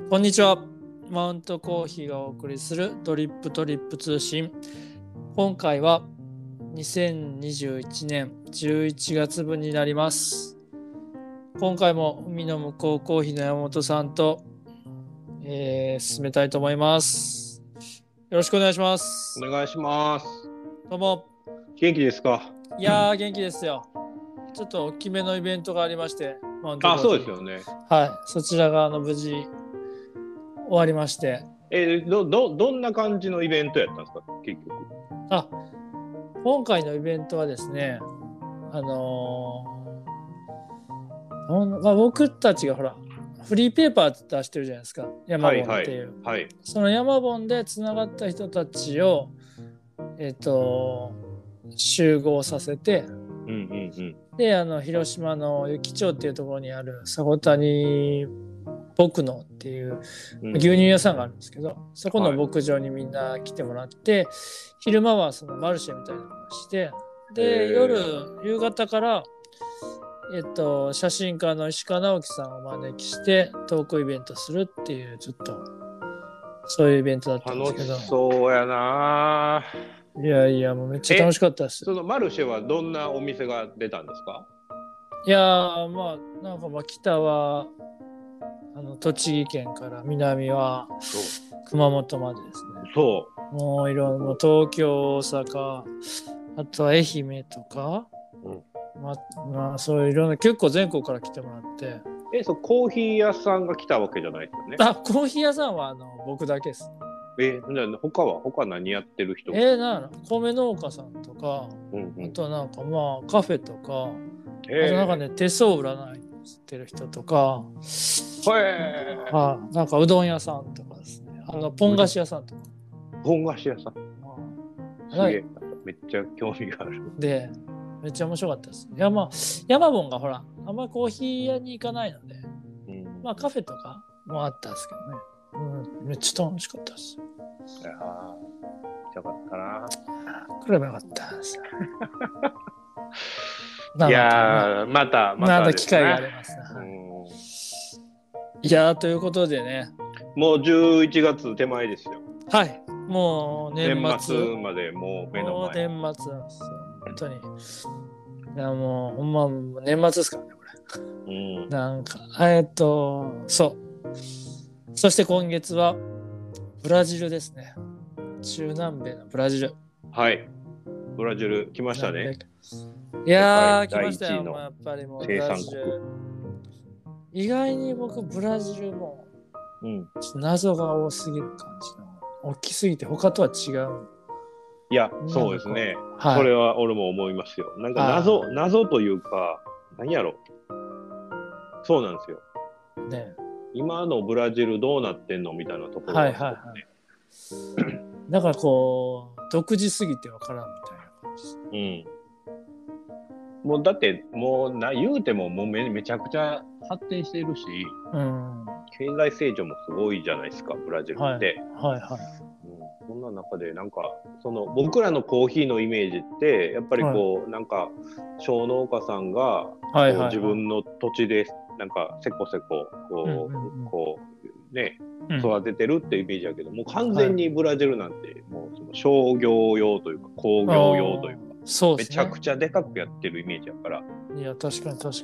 こんにちは。マウントコーヒーがお送りするドリップトリップ通信。今回は2021年11月分になります。今回も海の向こうコーヒーの山本さんと、進めたいと思います。よろしくお願いします。 お願いします。 どうも。 元気ですか？ いやー元気ですよ。ちょっと大きめのイベントがありまして、マウントコーヒー。 そうですよね。 はい、そちらが無事終わりまして。 どんな感じのイベントやったんですか結局？ 今回のイベントはですね、僕たちがほらフリーペーパーって出してるじゃないですか、山本っていう、 はい、 その山本でつながった人たちを集合させて、で広島の湯来町っていうところにある佐古谷牧野っていう牛乳屋さんがあるんですけど、そこの牧場にみんな来てもらって、昼間はそのマルシェみたいなのをして、で夕方から写真家の石川直樹さんをお招きしてトークイベントするっていう、ちょっとそういうイベントだったんですけど。 楽しそうやな。 いやもうめっちゃ楽しかったです。 そのマルシェはどんなお店が出たんですか？ いやなんか北は栃木県から南は熊本までですね。もういろいろ東京、大阪、あとは愛媛とか、そういういろんな結構全国から来てもらって。 コーヒー屋さんが来たわけじゃないですよね。 コーヒー屋さんは僕だけです。 他何やってる人？ 米農家さんとか、あとなんかカフェとか、あとなんかね手相占いしてる人とか、なんかうどん屋さんとかですね、ポン菓子屋さんとか。 ポン菓子屋さん、すげえ、めっちゃ興味がある。 でめっちゃ面白かったです。山本がほらあんまコーヒー屋に行かないので、カフェとかもあったんですけどね、めっちゃ楽しかったです。 よかったな。 来ればよかったです。 いやまた機会がありますね。いやということでね、 もう11月手前ですよ。 はい、もう年末までもう目の前。 年末なんですよ本当に。いやもうほんま年末ですからねこれ。なんかそして今月はブラジルですね。中南米のブラジル。 はい、ブラジル来ましたね。 いや来ましたよ。やっぱりもうブラジル、意外に僕ブラジルもちょっと謎が多すぎる感じの、大きすぎて他とは違う。 いやそうですね、それは俺も思いますよ。なんか謎というか、何やろ、そうなんですよね。今のブラジルどうなってんのみたいなところがね、 だからこう独自すぎてわからんみたいな感じです。 もうだってもう言うてももうめちゃくちゃ発展してるし、経済成長もすごいじゃないですかブラジルって。そんな中でなんかその僕らのコーヒーのイメージってやっぱりこう、なんか小農家さんが自分の土地でなんかせこせここうね育ててるっていうイメージだけど、もう完全にブラジルなんてもうその商業用というか工業用というか、めちゃくちゃでかくやってるイメージやから。 いや確かに、だ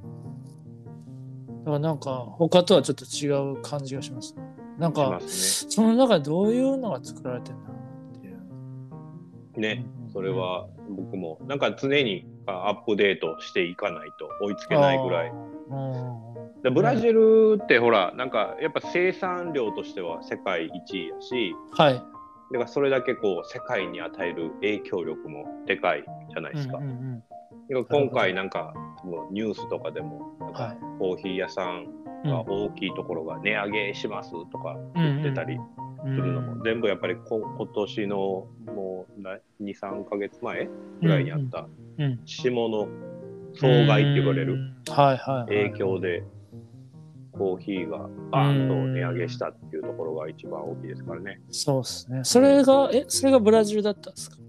からなんか他とはちょっと違う感じがしますね。なんかその中でどういうのが作られてるんだろうっていうね。 それは僕もなんか常にアップデートしていかないと追いつけないぐらい。ブラジルってほらなんかやっぱ生産量としては世界一位やし、だからそれだけこう世界に与える影響力もでかいじゃないですか。今回なんかニュースとかでもなんかコーヒー屋さんが大きいところが値上げしますとか言ってたりするのも全部やっぱり今年のもう 2,3 ヶ月前ぐらいにあった下の障害って言われる影響でコーヒーがバーンと値上げしたっていうところが一番大きいですからね。 そうですね。それがブラジルだったんですか？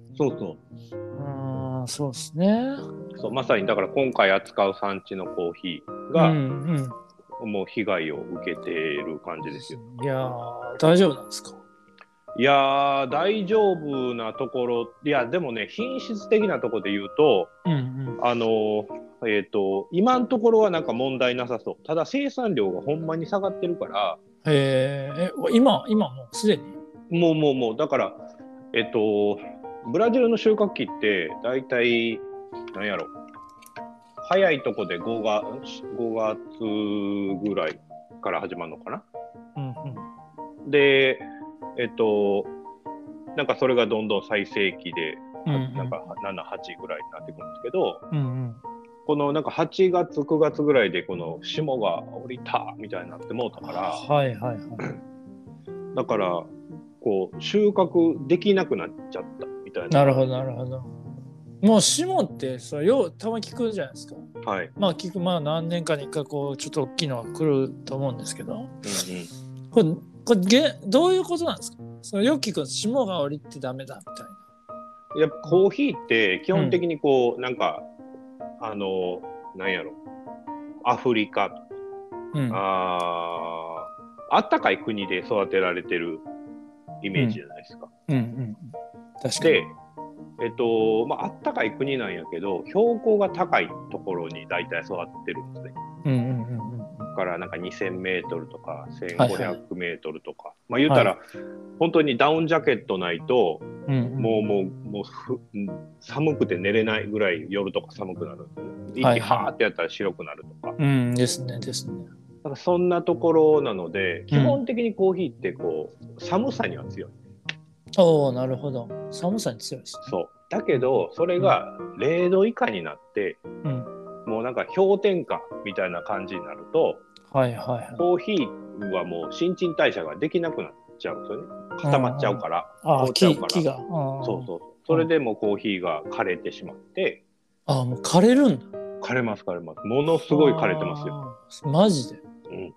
そうですね。 まさにだから今回扱う産地のコーヒーが、 もう被害を受けている感じですよ。 いやー、大丈夫なんですか？ いやー、大丈夫なところ、いや、でもね、品質的なところで言うと、今のところはなんか問題なさそう。ただ生産量がほんまに下がってるから。 今もうすでにもう、だから、ブラジルの収穫期って、だいたい、なんやろ、早いとこで5月ぐらいから始まるのかな。で、なんかそれがどんどん最盛期で、なんか7、8ぐらいになってくるんですけど、このなんか8月、9月ぐらいでこの霜が降りたみたいになってもうたから、だからこう収穫できなくなっちゃったみたいな。 なるほど。もう霜ってたまに聞くじゃないですか。 はい。 何年かに1回こうちょっと大きいのが来ると思うんですけど、これどういうことなんですか？よく聞くんです。霜が降りてダメだみたいな。 やっぱコーヒーって基本的にこう、なんかなんやろ、アフリカとか、あったかい国で育てられてるイメージじゃないですか。 確かに。 で、あったかい国なんやけど、標高が高いところに大体育ってるんですね。だからなんか2000メートルとか1500メートルとか、言ったら、本当にダウンジャケットないと、もう寒くて寝れないぐらい夜とか寒くなるんですね。息はーってやったら白くなるとか。 ですね。 だからそんなところなので、基本的にコーヒーってこう寒さには強い。 なるほど。寒さに強いです。 そう。だけどそれが0度以下になって、もうなんか氷点下みたいな感じになると、コーヒーはもう新陳代謝ができなくなっちゃうんですよね。固まっちゃうから、凍っちゃうから。 木が。 そう。それでもうコーヒーが枯れてしまって。 もう枯れるんだ。 枯れます。ものすごい枯れてますよ。 マジで。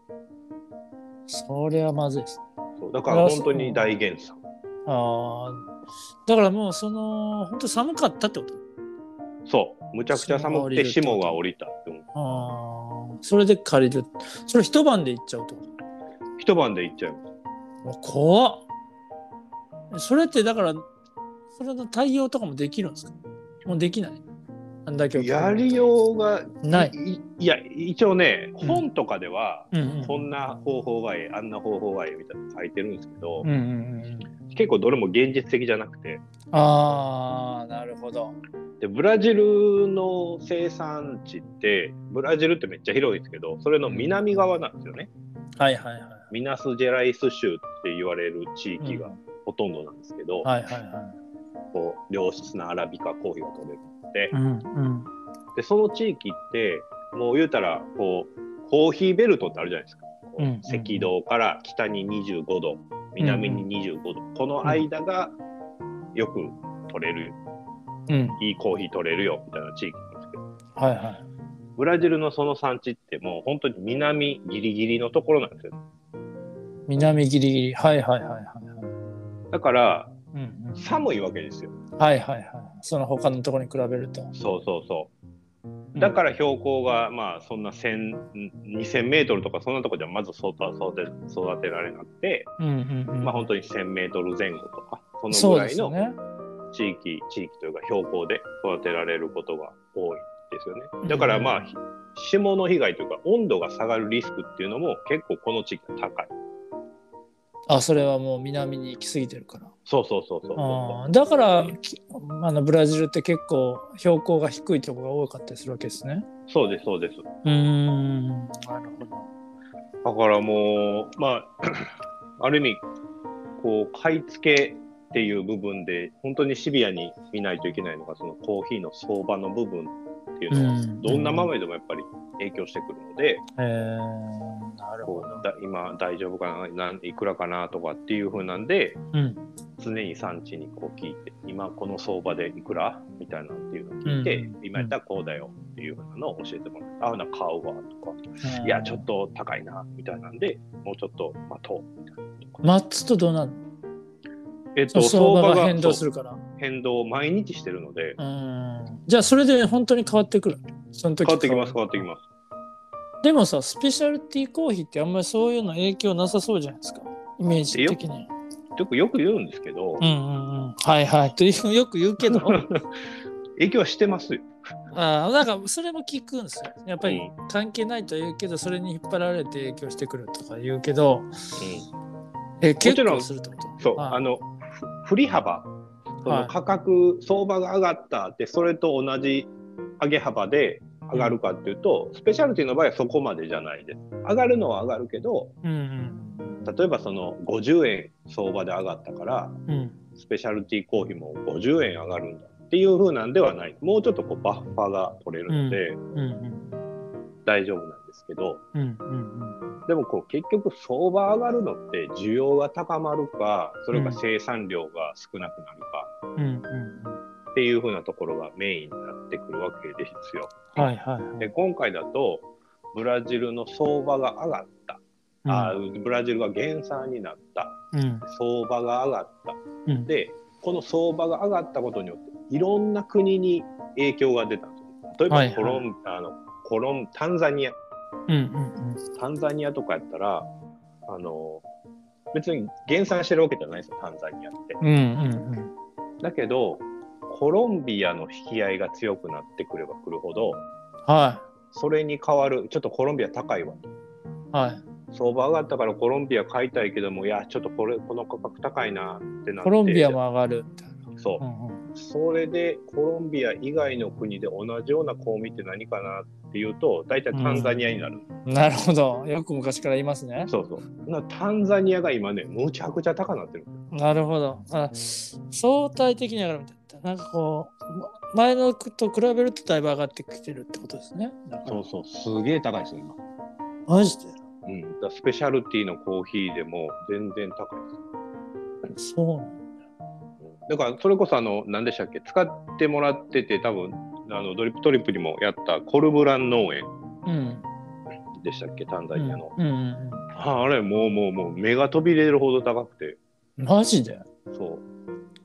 それはまずいです。 そうだから本当に大減産。 だからもう本当寒かったってこと？ そう、むちゃくちゃ寒くて霜が降りたって思う。それで借りる。それ一晩で行っちゃうと？ 一晩で行っちゃいます。 怖っ。それってだからそれの対応とかもできるんですか？もうできない？ やりようがない。 いや一応ね、本とかでは、こんな方法がいい、あんな方法がいいみたいなの書いてるんですけど、結構どれも現実的じゃなくて。 なるほど。 でブラジルの生産地ってブラジルってめっちゃ広いんですけど、それの南側なんですよね。ミナスジェライス州って言われる地域がほとんどなんですけど、こう良質なアラビカコーヒーが取れるので、でその地域ってもう言うたらこうコーヒーベルトってあるじゃないですか。赤道から北に25度、南に25度、この間がよく取れる、いいコーヒー取れるよみたいな地域なんですけど、ブラジルのその産地ってもう本当に南ギリギリのところなんですよ。 南ギリギリ。 だから、寒いわけですよ。 その他のところに比べると。 そうだから標高がそんな2000メートルとかそんなところじゃまず育てられなくて、本当に1000メートル前後とかそのぐらいの地域というか標高で育てられることが多いですよね。だから霜の被害というか温度が下がるリスクっていうのも結構この地域が高い。 それはもう南に行き過ぎてるから。 そうだからブラジルって結構標高が低いところが多かったりするわけですね。 そうです。なるほど。だからもうある意味こう買い付けっていう部分で本当にシビアに見ないといけないのがそのコーヒーの相場の部分っていうのはどんな豆でもやっぱり影響してくるので、 なるほど。 今大丈夫かな、いくらかなとかっていう風なんで、常に産地にこう聞いて、今この相場でいくらみたいなっていうのを聞いて、今やったらこうだよっていう風なのを教えてもらって、買うわとか、いやちょっと高いなみたいなんで、もうちょっと待とうみたいな。 待つとどうなるの？相場が変動するから。 変動を毎日してるので。 じゃあそれで本当に変わってくる？その時変わってきます。 でもさ、スペシャルティーコーヒーってあんまりそういうの影響なさそうじゃないですか、イメージ的に。 よく言うんですけど、 はいはいとよく言うけど影響はしてますよ。 なんかそれも聞くんですよ。やっぱり関係ないとは言うけど、それに引っ張られて影響してくるとか言うけど、結構するってこと？ そう、振り幅、その価格、相場が上がったって、それと同じ上げ幅で上がるかっていうと、スペシャルティの場合はそこまでじゃないです。上がるのは上がるけど、例えばその50円相場で上がったから、スペシャルティーコーヒーも50円上がるんだっていう風なんではない。もうちょっとこうバッファが取れるので、大丈夫なんですけど、でもこう結局相場上がるのって需要が高まるか、それか生産量が少なくなるかっていう風なところがメインになってくるわけですよ。で今回だとブラジルの相場が上がった、ブラジルが減産になった、相場が上がった、でこの相場が上がったことによっていろんな国に影響が出たんですよ。例えばタンザニア、タンザニアとかやったら別に減産してるわけじゃないですよ、タンザニアって。だけどコロンビアの引き合いが強くなってくればくるほど、それに代わる、ちょっとコロンビア高いわと、相場上がったからコロンビア買いたいけども、いやちょっとこの価格高いなってなって、 コロンビアも上がるみたいな。 そう、それでコロンビア以外の国で同じような香味って何かなっていうと、大体タンザニアになる。 なるほど、よく昔から言いますね。 タンザニアが今ね、むちゃくちゃ高くなってる。 なるほど。相対的に上がるみたいな。なんかこう前のと比べるとだいぶ上がってきてるってことですね。 そう、すげえ高いですよ今。 マジで？ スペシャルティーのコーヒーでも全然高いです。 そうなんだ。 だからそれこそ何でしたっけ、使ってもらってて、多分ドリップトリップにもやったコルブラン農園でしたっけ、タンザニアの。あれもう目が飛び出るほど高くて。 マジで？ そう。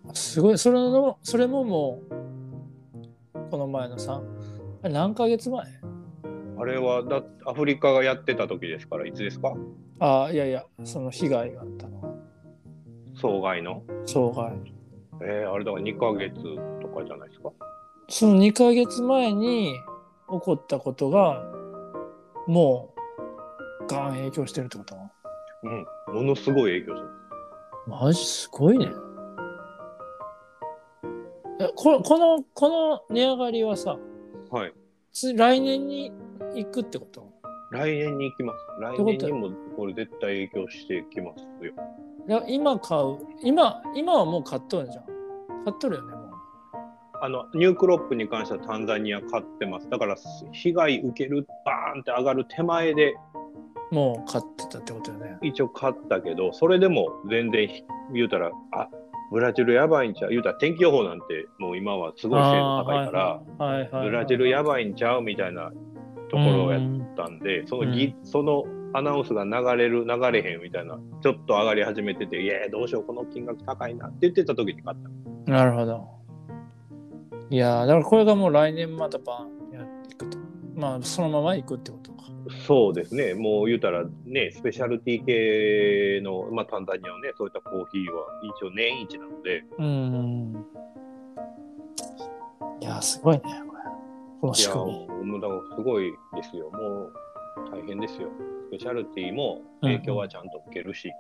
すごい。それももうこの前の何ヶ月前？ あれはアフリカがやってた時ですから、いつですか？ いやその被害があったのは。 障害の？ 障害。 あれだから2ヶ月とかじゃないですか？ その2ヶ月前に起こったことがもうガン影響してるってこと？ ものすごい影響してる。 マジすごいね。この値上がりはさ、来年に行くってこと？ 来年に行きます。来年にもこれ絶対影響してきますよ。 いや今はもう買っとるじゃん。買っとるよね、もう。ニュークロップに関してはタンザニア買ってます。だから被害受けるバーンって上がる手前でもう買ってたってことよね。 一応買ったけど、それでも全然言うたらブラジルやばいんちゃう、言うたら天気予報なんてもう今はすごい精度高いからブラジルやばいんちゃうみたいなところをやったんで、そのアナウンスが流れる流れへんみたいな、ちょっと上がり始めてて、いやどうしようこの金額高いなって言ってた時に買った。 なるほど。いやだからこれがもう来年またバンやっていくと、そのままいくってことか。 そうですね。もう言うたらね、スペシャルティー系の、タンザニアのね、そういったコーヒーは一応年一なので。 いやすごいね、この仕組み。 だからすごいですよ。もう大変ですよ。スペシャルティーも影響はちゃんと受けるし。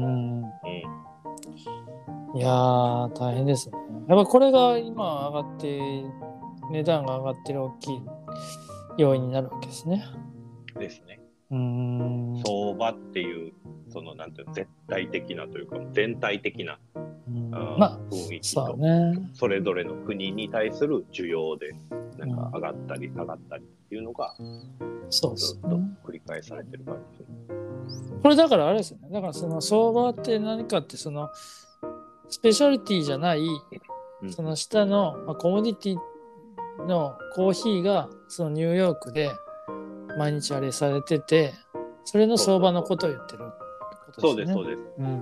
いや大変ですね。やっぱこれが今上がって値段が上がってる大きい要因になるわけですね。 ですね。相場っていうそのなんていう絶対的なというか全体的な雰囲気と、それぞれの国に対する需要でなんか上がったり下がったりっていうのがずっと繰り返されてる感じですね。 これだからあれですよね。だからその相場って何かってそのスペシャリティじゃないその下のコモディティのコーヒーがそのニューヨークで毎日あれされてて、それの相場のことを言ってるってことですね。 そうです。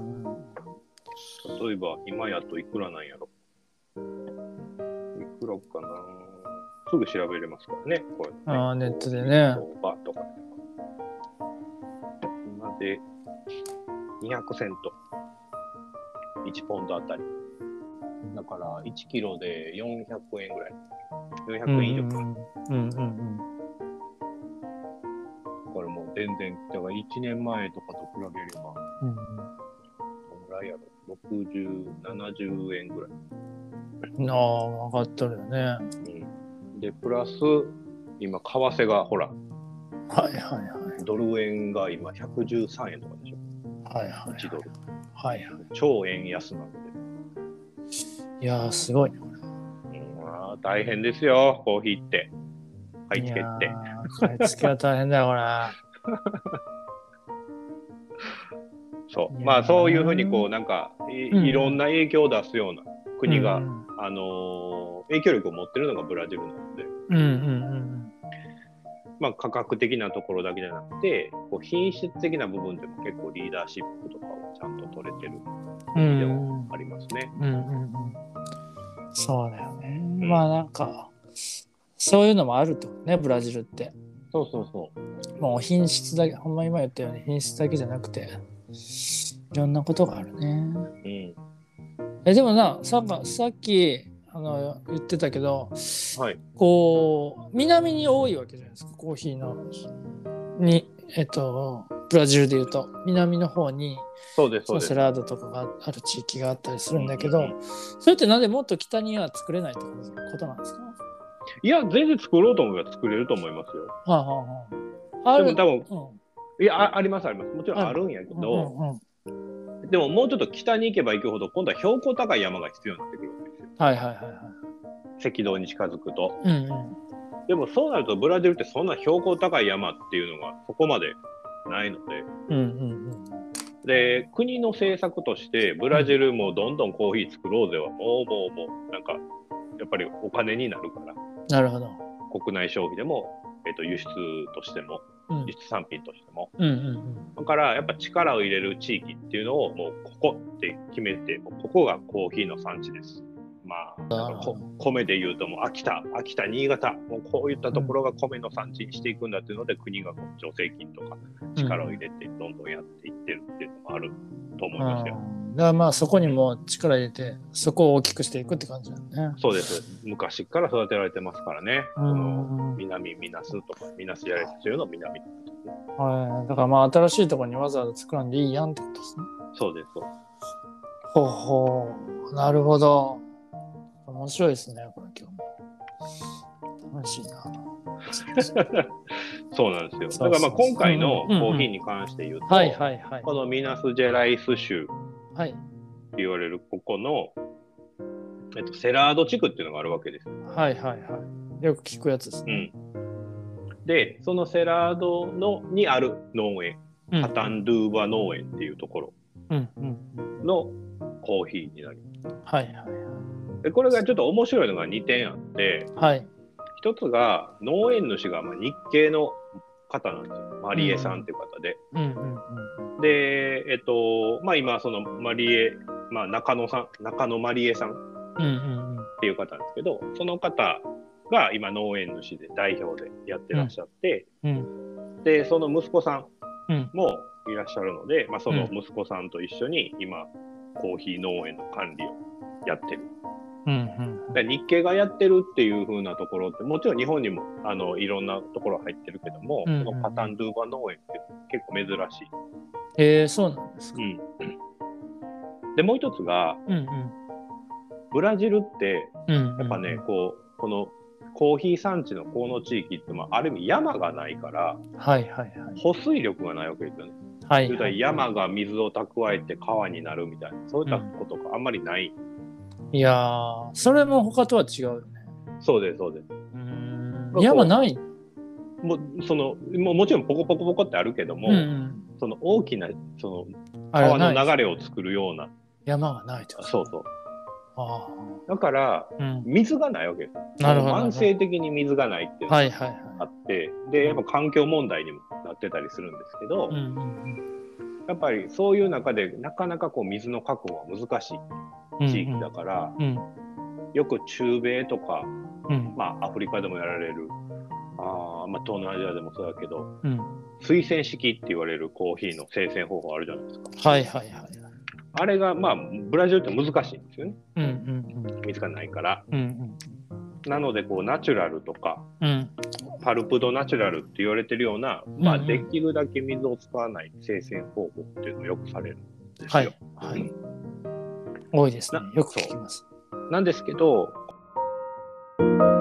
例えば今やといくらなんやろ。いくらかな。すぐ調べれますからね。これネットでね。 相場とか。 で200セント。1ポンドあたり。だから1キロで400円ぐらい。400円以上か。これもう全然、だから1年前とかと比べれば、どのぐらいやろ、60、70円ぐらい。 ああ、上がってるよね。 で、プラス、今、為替が、ほら、 はいはいはい。 ドル円が今113円とかでしょ。 はいはい、はい。 1ドル。 はいはい。 超円安なので。 いやー、すごいね、これ。 大変ですよ、コーヒーって。買い付けって。 買い付けは大変だよ、これ。 そう。まあ、そういうふうに、こう、なんかいろんな影響を出すような国が、影響力を持ってるのがブラジルなので。まあ、価格的なところだけじゃなくて、こう品質的な部分でも結構リーダーシップとかをちゃんと取れてる国でもありますね。 そうだよね。まあなんかそういうのもあるとね、ブラジルって。 そうそうそう。 もう品質だけ、ほんま今言ったように品質だけじゃなくて、いろんなことがあるね。でもな、さっき言ってたけど、 はい、 こう南に多いわけじゃないですか、コーヒーのにブラジルでいうと南の方にそうですセラードとかがある地域があったりするんだけど、それってなんでもっと北には作れないってことなんですか？ いや、全然作ろうと思えば作れると思いますよ。 ある。でも多分、いや、ありますあります。もちろんあるんやけど、でももうちょっと北に行けば行くほど今度は標高高い山が必要になってくるわけですよ。赤道に近づくと。でもそうなるとブラジルってそんな標高高い山っていうのがそこまでないので、で国の政策としてブラジルもどんどんコーヒー作ろうぜはもうなんかやっぱりお金になるから。 なるほど。 国内消費でも、輸出としても、輸出産品としても。だからやっぱ力を入れる地域っていうのをもうここって決めて、もうここがコーヒーの産地です。まあ、米でいうともう秋田、新潟、もうこういったところが米の産地にしていくんだっていうので、国が助成金とか力を入れてどんどんやっていってるっていうのもあると思いますよ。 だからまあそこにも力入れてそこを大きくしていくって感じだよね。 そうです。昔から育てられてますからね。南ミナスとかミナスジェライスというのを南。 だからまあ新しいところにわざわざ作らんでいいやんってことですね。 そうです。 ほう、なるほど。面白いですね、これ今日も。楽しいな。 そうなんですよ。だからまあ今回のコーヒーに関して言うと、このミナスジェライス州って言われるここの、セラード地区っていうのがあるわけです。 よく聞くやつですね。 で、そのセラードにある農園、カタンドゥーバ農園っていうところのコーヒーになります。でこれがちょっと面白いのが2点あって、一つが農園主が日系の方なんですよ。マリエさんっていう方で。で、まあ今そのマリエ、まあ中野マリエさんっていう方なんですけど、その方が今農園主で代表でやってらっしゃって、でその息子さんもいらっしゃるので、まあその息子さんと一緒に今コーヒー農園の管理をやってる。日系がやってるっていう風なところってもちろん日本にもいろんなところ入ってるけども、このカタンドゥーバ農園って結構珍しい。 そうなんですか。 でもう一つが、ブラジルってやっぱね、このコーヒー産地のこの地域ってある意味山がないから、保水力がないわけですよね。山が水を蓄えて川になるみたいな、そういったことがあんまりない。 いやー、それも他とは違うよね。 そうです。 山ないもちろんポコポコってあるけども、その大きなその川の流れを作るような山がないと。 そう。だから水がないわけです。慢性的に水がないっていうのがあって、でやっぱ環境問題にもなってたりするんですけど、やっぱりそういう中でなかなかこう水の確保は難しい地域だから、よく中米とか、まあアフリカでもやられる東南アジアでもそうだけど、 うん、 水洗式って言われるコーヒーの生鮮方法あるじゃないですか。 はいはいはい。 あれがブラジルって難しいんですよね。 うんうん水がないから。 うんうんなのでこうナチュラルとか、 うん、 パルプドナチュラルって言われてるような、できるだけ水を使わない生鮮方法っていうのがよくされるんですよ。 はいはい。多いですね。よく聞きます。 なんですけど、